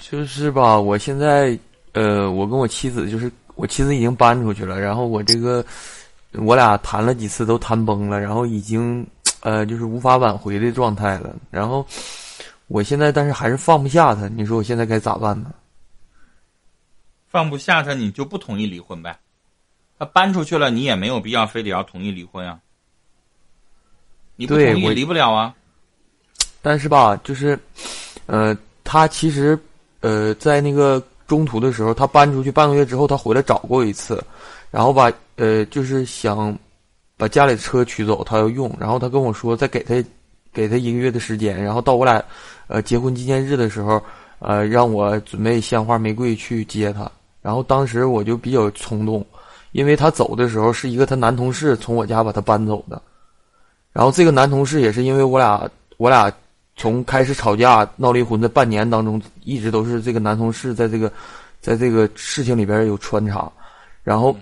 就是吧，我现在我跟我妻子就是我妻子已经搬出去了，然后我俩谈了几次都谈崩了，然后已经就是无法挽回的状态了。然后我现在但是还是放不下他，你说我现在该咋办呢？ 放不下他，你就不同意离婚呗。他搬出去了，你也没有必要非得要同意离婚啊。你不同意离不了啊。 但是吧，就是他其实在那个中途的时候，他搬出去半个月之后，他回来找过一次，然后就是想把家里的车取走，他要用，然后他跟我说再给他1个月的时间，然后到我俩结婚纪念日的时候，让我准备鲜花玫瑰去接他。然后当时我就比较冲动，因为他走的时候是一个他男同事从我家把他搬走的，然后这个男同事也是因为我俩从开始吵架闹离婚的半年当中，一直都是这个男同事在这个事情里边有穿插，然后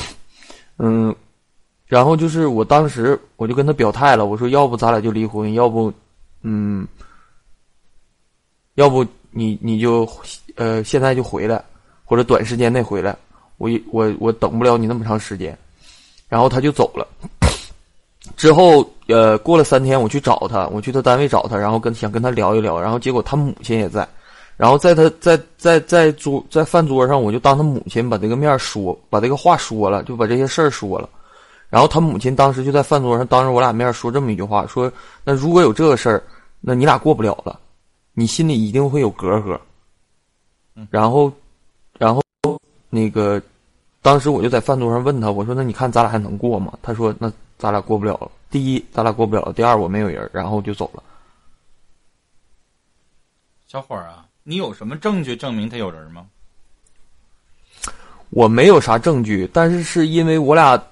然后就是我当时我就跟他表态了，我说要不咱俩就离婚，要不你就现在就回来，或者短时间内回来，我等不了你那么长时间。然后他就走了。之后过了3天我去找他，我去他单位找他，然后想跟他聊一聊，然后结果他母亲也在，然后在饭桌上我就当他母亲把这个面说，把这个话说了，就把这些事儿说了。然后他母亲当时就在饭桌上当着我俩面说这么一句话，说那如果有这个事儿，那你俩过不了了，你心里一定会有隔阂。然后那个当时我就在饭桌上问他，我说那你看咱俩还能过吗？他说那咱俩过不了了，第一咱俩过不了了，第二我没有人，然后就走了。 小伙儿啊，你有什么证据证明他有人吗？ 我没有啥证据，但是是因为我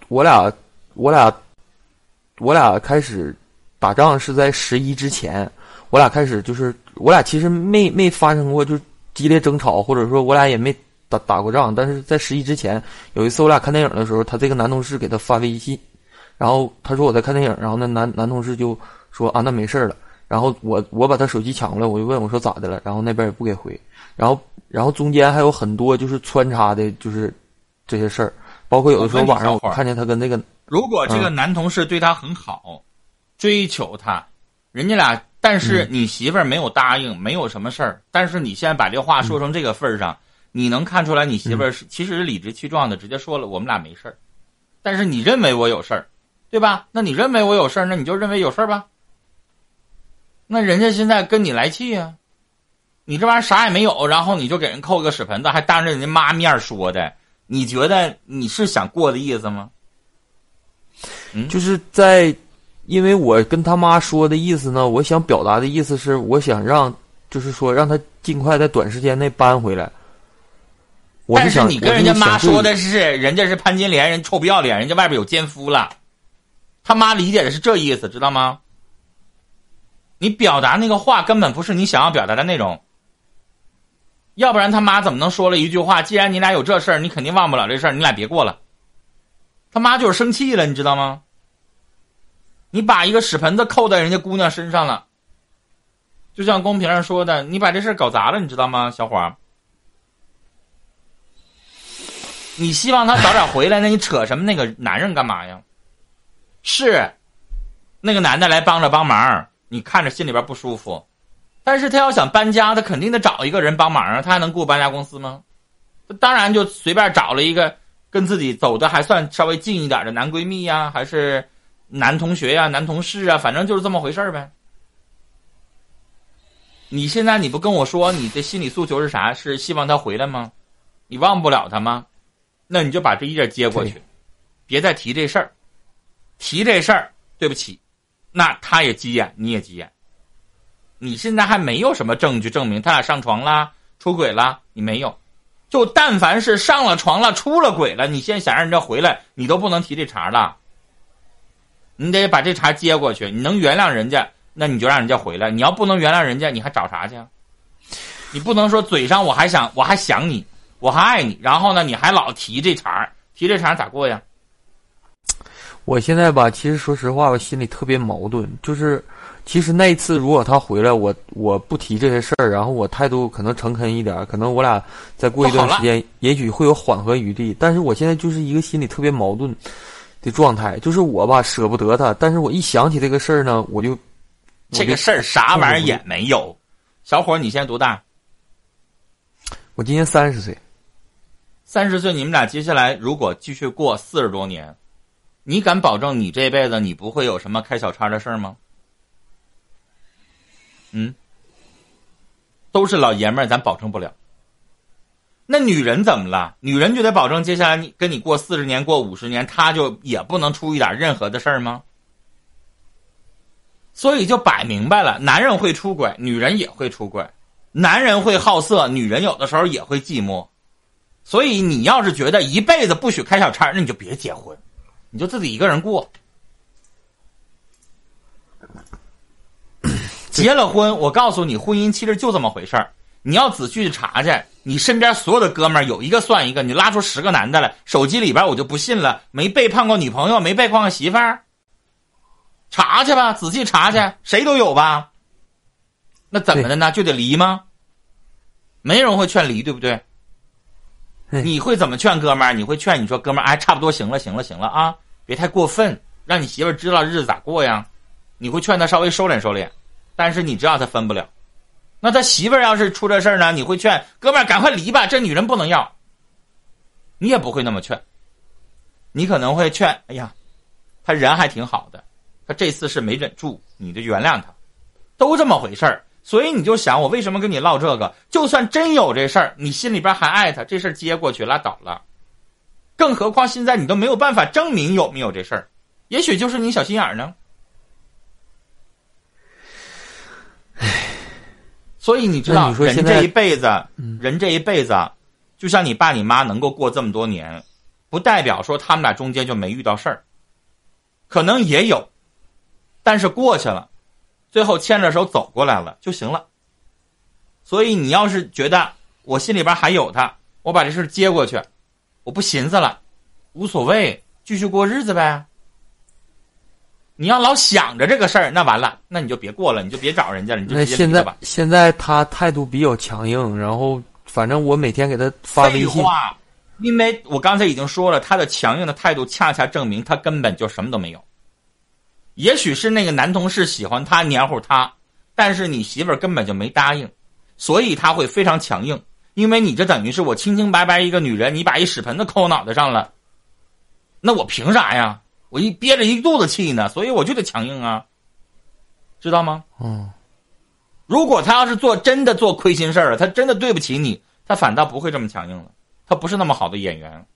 俩开始打仗是在11之前，我俩开始就是我俩其实没发生过就是激烈争吵，或者说我俩也没打过仗，但是在11之前有一次我俩看电影的时候，他这个男同事给他发微信，然后他说我在看电影，然后那男同事就说啊那没事了，然后我把他手机抢过来，我就问我说咋的了，然后那边也不给回，然后中间还有很多就是穿插的就是这些事儿，包括有的时候晚上我看见他跟那个， 如果这个男同事对他很好，追求他，人家俩，但是你媳妇儿没有答应，没有什么事儿，但是你现在把这话说成这个份儿上，你能看出来你媳妇儿其实是理直气壮的直接说了我们俩没事儿，但是你认为我有事儿，对吧？那你认为我有事儿，那你就认为有事儿吧。那人家现在跟你来气啊，你这玩意儿啥也没有，然后你就给人扣个屎盆子，还当着人家妈面说的，你觉得你是想过的意思吗？ 就是因为我跟他妈说的意思呢，我想表达的意思是我想就是说让他尽快在短时间内搬回来。 但是你跟人家妈说的是人家是潘金莲，人臭不要脸，人家外边有奸夫了，他妈理解的是这意思，知道吗？你表达那个话根本不是你想要表达的内容，要不然他妈怎么能说了一句话，既然你俩有这事儿，你肯定忘不了这事儿，你俩别过了。他妈就是生气了，你知道吗？你把一个屎盆子扣在人家姑娘身上了，就像公屏上说的，你把这事儿搞砸了，你知道吗，小伙儿？你希望他早点回来，那你扯什么那个男人干嘛呀？是那个男的来帮忙，你看着心里边不舒服，但是他要想搬家，他肯定得找一个人帮忙啊，他还能雇搬家公司吗？当然就随便找了一个跟自己走的还算稍微近一点的男闺蜜呀，还是男同学呀、男同事啊，反正就是这么回事呗。你现在你不跟我说你的心理诉求是啥？是希望他回来吗？你忘不了他吗？那你就把这一页接过去，别再提这事儿。提这事儿，对不起，那他也急眼，你也急眼。你现在还没有什么证据证明他俩上床啦、出轨啦，你没有。就但凡是上了床了、出了轨了，你现在想让人家回来，你都不能提这茬了。你得把这茬接过去，你能原谅人家，那你就让人家回来。你要不能原谅人家，你还找啥去？你不能说嘴上我还想你，我还爱你，然后呢你还老提这茬咋过呀？ 我现在吧，其实说实话，我心里特别矛盾，就是其实那一次如果他回来，我不提这些事儿，然后我态度可能诚恳一点，可能我俩再过一段时间，也许会有缓和余地。但是我现在就是一个心里特别矛盾的状态，就是我吧舍不得他，但是我一想起这个事儿呢， 这个事儿啥玩意儿也没有。小伙，你现在多大？ 我今年30岁。 30岁，你们俩接下来如果继续过40多年，你敢保证你这辈子你不会有什么开小差的事儿吗？都是老爷们儿，咱保证不了。那女人怎么了？女人就得保证接下来跟你过40年过50年，她就也不能出一点任何的事儿吗？所以就摆明白了，男人会出轨，女人也会出轨，男人会好色，女人有的时候也会寂寞。所以你要是觉得一辈子不许开小差，那你就别结婚，你就自己一个人过。结了婚，我告诉你，婚姻其实就这么回事儿。你要仔细查去，你身边所有的哥们儿有一个算一个，你拉出10个男的来，手机里边我就不信了，没背叛过女朋友，没背叛过媳妇儿。查去吧，仔细查去，谁都有吧？那怎么的呢？就得离吗？没人会劝离，对不对？你会怎么劝哥们儿？你会劝你说哥们儿，哎，差不多行了啊，别太过分，让你媳妇儿知道日子咋过呀。你会劝他稍微收敛收敛，但是你知道他分不了。那他媳妇儿要是出这事儿呢，你会劝哥们儿赶快离吧，这女人不能要。你也不会那么劝，你可能会劝，哎呀，他人还挺好的，他这次是没忍住，你就原谅他，都这么回事儿。所以你就想，我为什么跟你唠这个？就算真有这事儿，你心里边还爱他，这事儿接过去拉倒了。更何况现在你都没有办法证明有没有这事儿，也许就是你小心眼儿呢。所以你知道，人这一辈子，就像你爸你妈能够过这么多年，不代表说他们俩中间就没遇到事儿，可能也有，但是过去了，最后牵着手走过来了就行了。所以你要是觉得我心里边还有他，我把这事接过去，我不寻思了，无所谓，继续过日子呗。你要老想着这个事儿，那完了，那你就别过了，你就别找人家了，你就直接离了吧。 现在他态度比较强硬，然后反正我每天给他发微信。 废话，因为我刚才已经说了，他的强硬的态度恰恰证明他根本就什么都没有。也许是那个男同事喜欢他，黏糊他，但是你媳妇儿根本就没答应，所以他会非常强硬。因为你这等于是我清清白白一个女人，你把一屎盆子扣我脑袋上了，那我凭啥呀？我憋着一肚子气呢，所以我就得强硬啊，知道吗？如果他要是真的做亏心事儿了，他真的对不起你，他反倒不会这么强硬了，他不是那么好的演员。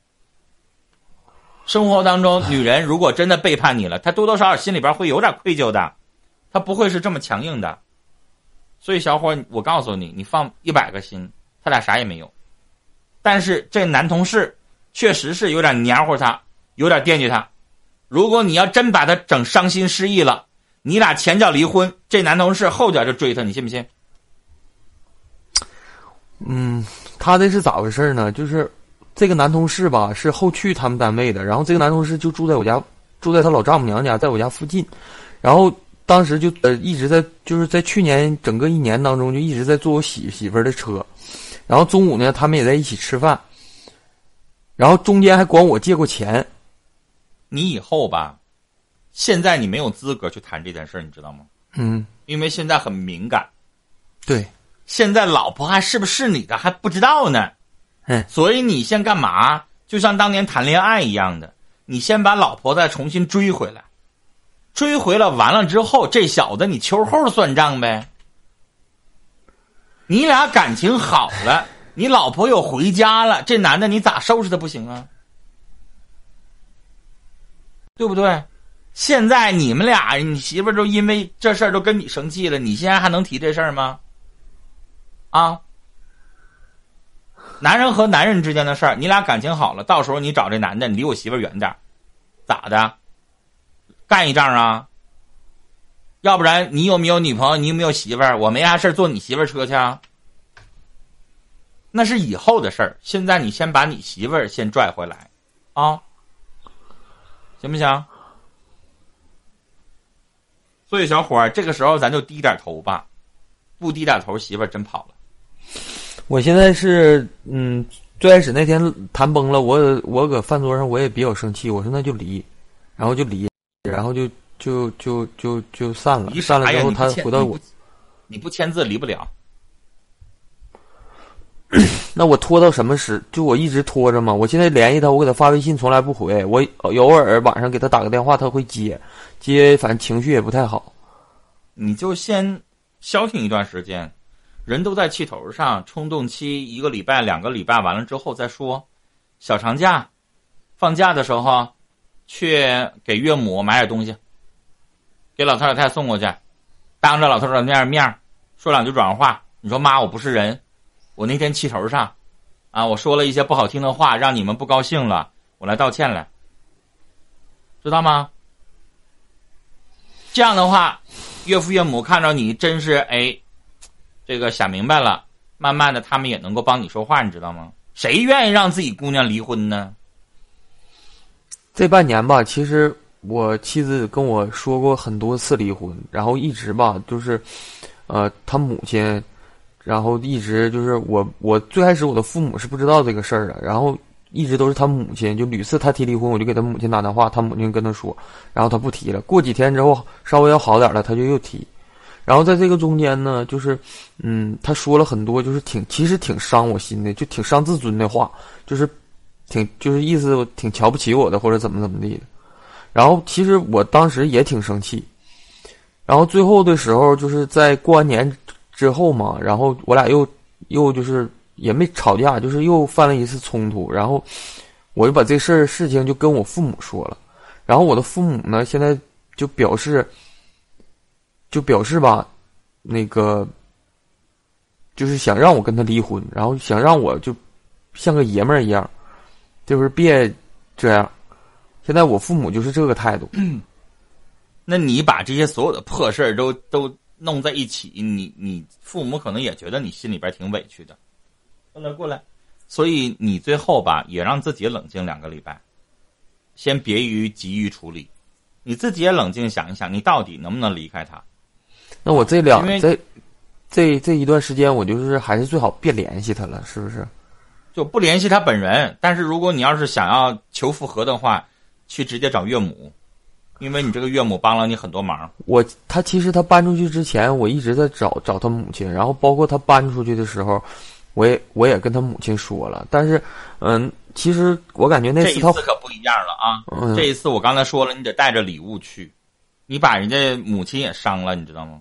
生活当中，女人如果真的背叛你了，她多多少少心里边会有点愧疚的，她不会是这么强硬的。所以小伙，我告诉你，你放100个心，他俩啥也没有。但是这男同事确实是有点黏糊他，有点惦记他。如果你要真把他整伤心失忆了，你俩前脚离婚，这男同事后脚就追他，你信不信？ 他这是咋回事呢？就是这个男同事吧，是后去他们单位的，然后这个男同事就住在我家，住在他老丈母娘家，在我家附近。然后当时就一直在，就是在去年整个1年当中就一直在坐我媳妇儿的车。然后中午呢，他们也在一起吃饭，然后中间还管我借过钱。 你以后吧，现在你没有资格去谈这件事，你知道吗？因为现在很敏感。 对， 现在老婆还是不是你的还不知道呢。所以你先干嘛？就像当年谈恋爱一样的，你先把老婆再重新追回来，追回了完了之后，这小子你秋后算账呗。你俩感情好了，你老婆又回家了，这男的你咋收拾他不行啊？对不对？现在你们俩，你媳妇儿都因为这事儿都跟你生气了，你现在还能提这事儿吗？啊？男人和男人之间的事儿，你俩感情好了，到时候你找这男的，你离我媳妇儿远点，咋的？干一仗啊？要不然你有没有女朋友？你有没有媳妇儿？我没啥事坐你媳妇儿车去啊？那是以后的事儿，现在你先把你媳妇儿先拽回来，啊？行不行？ 所以小伙儿，这个时候咱就低点头吧，不低点头，媳妇儿真跑了。 我现在是最开始那天谈崩了，我搁饭桌上我也比较生气，我说那就离，然后就离，然后就散了。散了之后他回到我， 你不签字离不了。 那我拖到什么时？就我一直拖着嘛。我现在联系他，我给他发微信从来不回，我偶尔晚上给他打个电话他会接，反正情绪也不太好。 你就先消停一段时间，人都在气头上，冲动期1个礼拜2个礼拜完了之后再说。小长假放假的时候去给岳母买点东西，给老头老太送过去，当着老头老太太面说2句软话。你说妈，我不是人，我那天气头上啊，我说了一些不好听的话，让你们不高兴了，我来道歉了，知道吗？这样的话，岳父岳母看着你真是这个想明白了，慢慢的他们也能够帮你说话，你知道吗？谁愿意让自己姑娘离婚呢？ 这半年吧，其实我妻子跟我说过很多次离婚，然后一直吧就是他母亲，然后一直就是我最开始我的父母是不知道这个事儿的，然后一直都是他母亲，就屡次他提离婚，我就给他母亲打电话，他母亲跟他说，然后他不提了。过几天之后稍微要好点了，他就又提。然后在这个中间呢，就是他说了很多就是其实挺伤我心的，就挺伤自尊的话，就是意思挺瞧不起我的或者怎么地的。然后其实我当时也挺生气。然后最后的时候就是在过完年之后嘛，然后我俩又就是也没吵架，就是又犯了一次冲突，然后我就把这事情就跟我父母说了。然后我的父母呢现在就表示吧，那个就是想让我跟他离婚，然后想让我就像个爷们儿一样，就是别这样。现在我父母就是这个态度。 那你把这些所有的破事儿都弄在一起，你父母可能也觉得你心里边挺委屈的。过来，所以你最后吧也让自己冷静2个礼拜，先别急于处理，你自己也冷静想一想，你到底能不能离开他。 那我这一段时间，我就是还是最好别联系他了，是不是？ 就不联系他本人，但是如果你要是想要求复合的话，去直接找岳母，因为你这个岳母帮了你很多忙。 其实他搬出去之前，我一直在找他母亲，然后包括他搬出去的时候，我也跟他母亲说了，但是其实我感觉那次这一次可不一样了啊！这一次我刚才说了，你得带着礼物去，你把人家母亲也伤了，你知道吗？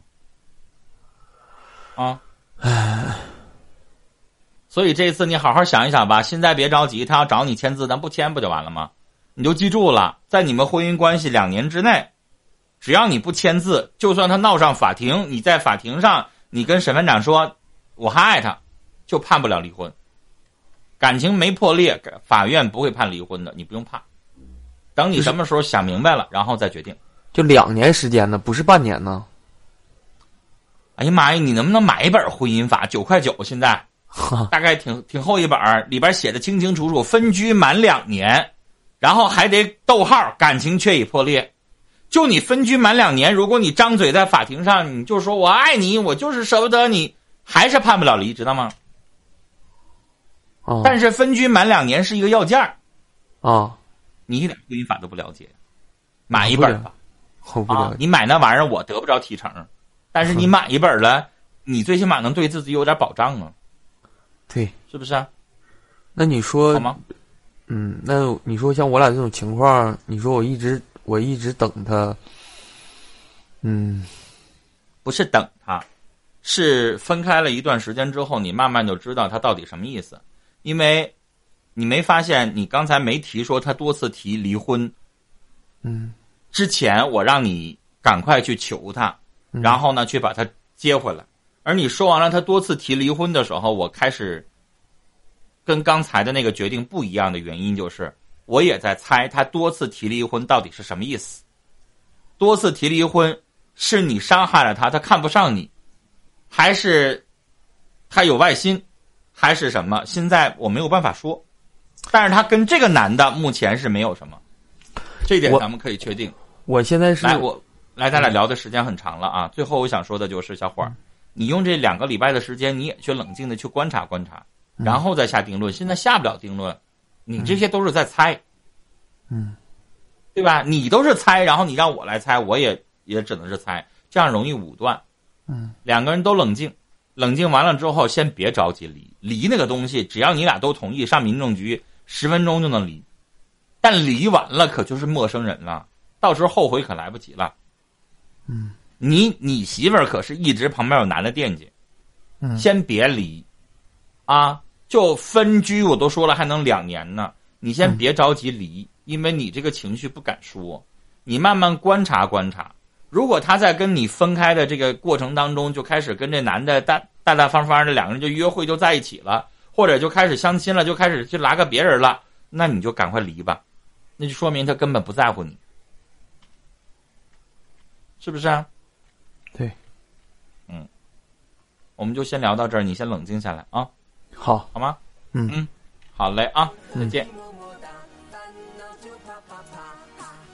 所以这次你好好想一想吧，现在别着急，他要找你签字，咱不签不就完了吗？你就记住了，在你们婚姻关系2年之内，只要你不签字，就算他闹上法庭，你在法庭上你跟审判长说我还爱他，就判不了离婚。感情没破裂，法院不会判离婚的，你不用怕。等你什么时候想明白了，然后再决定。 就2年时间呢，不是半年呢。 哎呀妈呀，你能不能买一本婚姻法？9块9，现在大概挺厚一本，里边写的清清楚楚，分居满2年，然后还得逗号，感情确已破裂。就你分居满2年，如果你张嘴在法庭上，你就说我爱你，我就是舍不得你，还是判不了离，知道吗？但是分居满2年是一个要件你一点婚姻法都不了解，买一本吧。你买那玩意儿我得不着提成，但是你买一本了，你最起码能对自己有点保障啊。 对， 是不是啊？ 那你说好吗？ 那你说像我俩这种情况，你说我一直等他， 不是等他，是分开了一段时间之后，你慢慢就知道他到底什么意思。因为你没发现，你刚才没提说他多次提离婚，之前我让你赶快去求他，然后呢去把他接回来。而你说完了他多次提离婚的时候，我开始跟刚才的那个决定不一样的原因就是，我也在猜他多次提离婚到底是什么意思。多次提离婚是你伤害了他，他看不上你，还是他有外心，还是什么？现在我没有办法说，但是他跟这个男的目前是没有什么，这点咱们可以确定。 我现在是来，咱俩聊的时间很长了啊。最后我想说的就是，小伙儿，你用这2个礼拜的时间，你也去冷静的去观察观察，然后再下定论。现在下不了定论，你这些都是在猜，对吧？你都是猜，然后你让我来猜，我也只能是猜，这样容易武断。2个人都冷静，冷静完了之后，先别着急离那个东西，只要你俩都同意，上民政局10分钟就能离，但离完了可就是陌生人了，到时候后悔可来不及了。你媳妇儿可是一直旁边有男的惦记，先别离啊，就分居我都说了还能2年呢，你先别着急离，因为你这个情绪不敢说，你慢慢观察观察。如果他在跟你分开的这个过程当中就开始跟这男的大方方的2个人就约会就在一起了，或者就开始相亲了，就开始去拉个别人了，那你就赶快离吧，那就说明他根本不在乎你，是不是啊？ 对， 我们就先聊到这儿，你先冷静下来啊， 好吗？好嘞啊，再见。